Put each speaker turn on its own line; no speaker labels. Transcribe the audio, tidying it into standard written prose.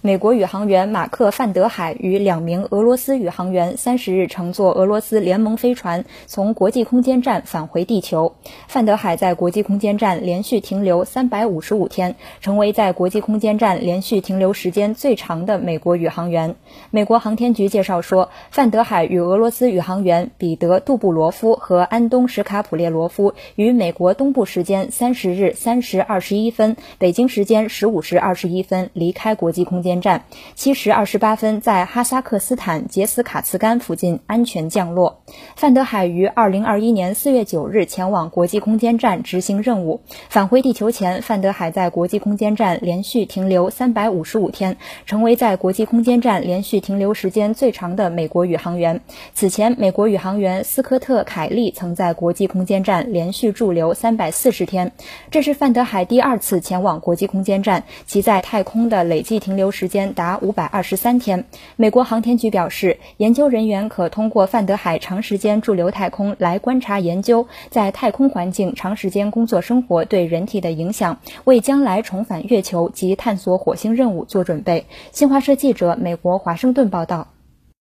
美国宇航员马克·范德海与2名俄罗斯宇航员30日乘坐俄罗斯联盟飞船从国际空间站返回地球。范德海在国际空间站连续停留355天，成为在国际空间站连续停留时间最长的美国宇航员。美国航天局介绍说，范德海与俄罗斯宇航员彼得·杜布罗夫和安东·什卡普列罗夫于美国东部时间30日3时21分，北京时间15时21分离开国际空间站，7时28分在哈萨克斯坦杰斯卡茨干附近安全降落。范德海于2021年4月9日前往国际空间站执行任务。返回地球前，范德海在国际空间站连续停留355天，成为在国际空间站连续停留时间最长的美国宇航员。此前，美国宇航员斯科特·凯利曾在国际空间站连续驻留340天。这是范德海第2次前往国际空间站，其在太空的累计停留时间达523天。美国航天局表示，研究人员可通过范德海长时间驻留太空来观察研究在太空环境长时间工作生活对人体的影响，为将来重返月球及探索火星任务做准备。新华社记者美国华盛顿报道。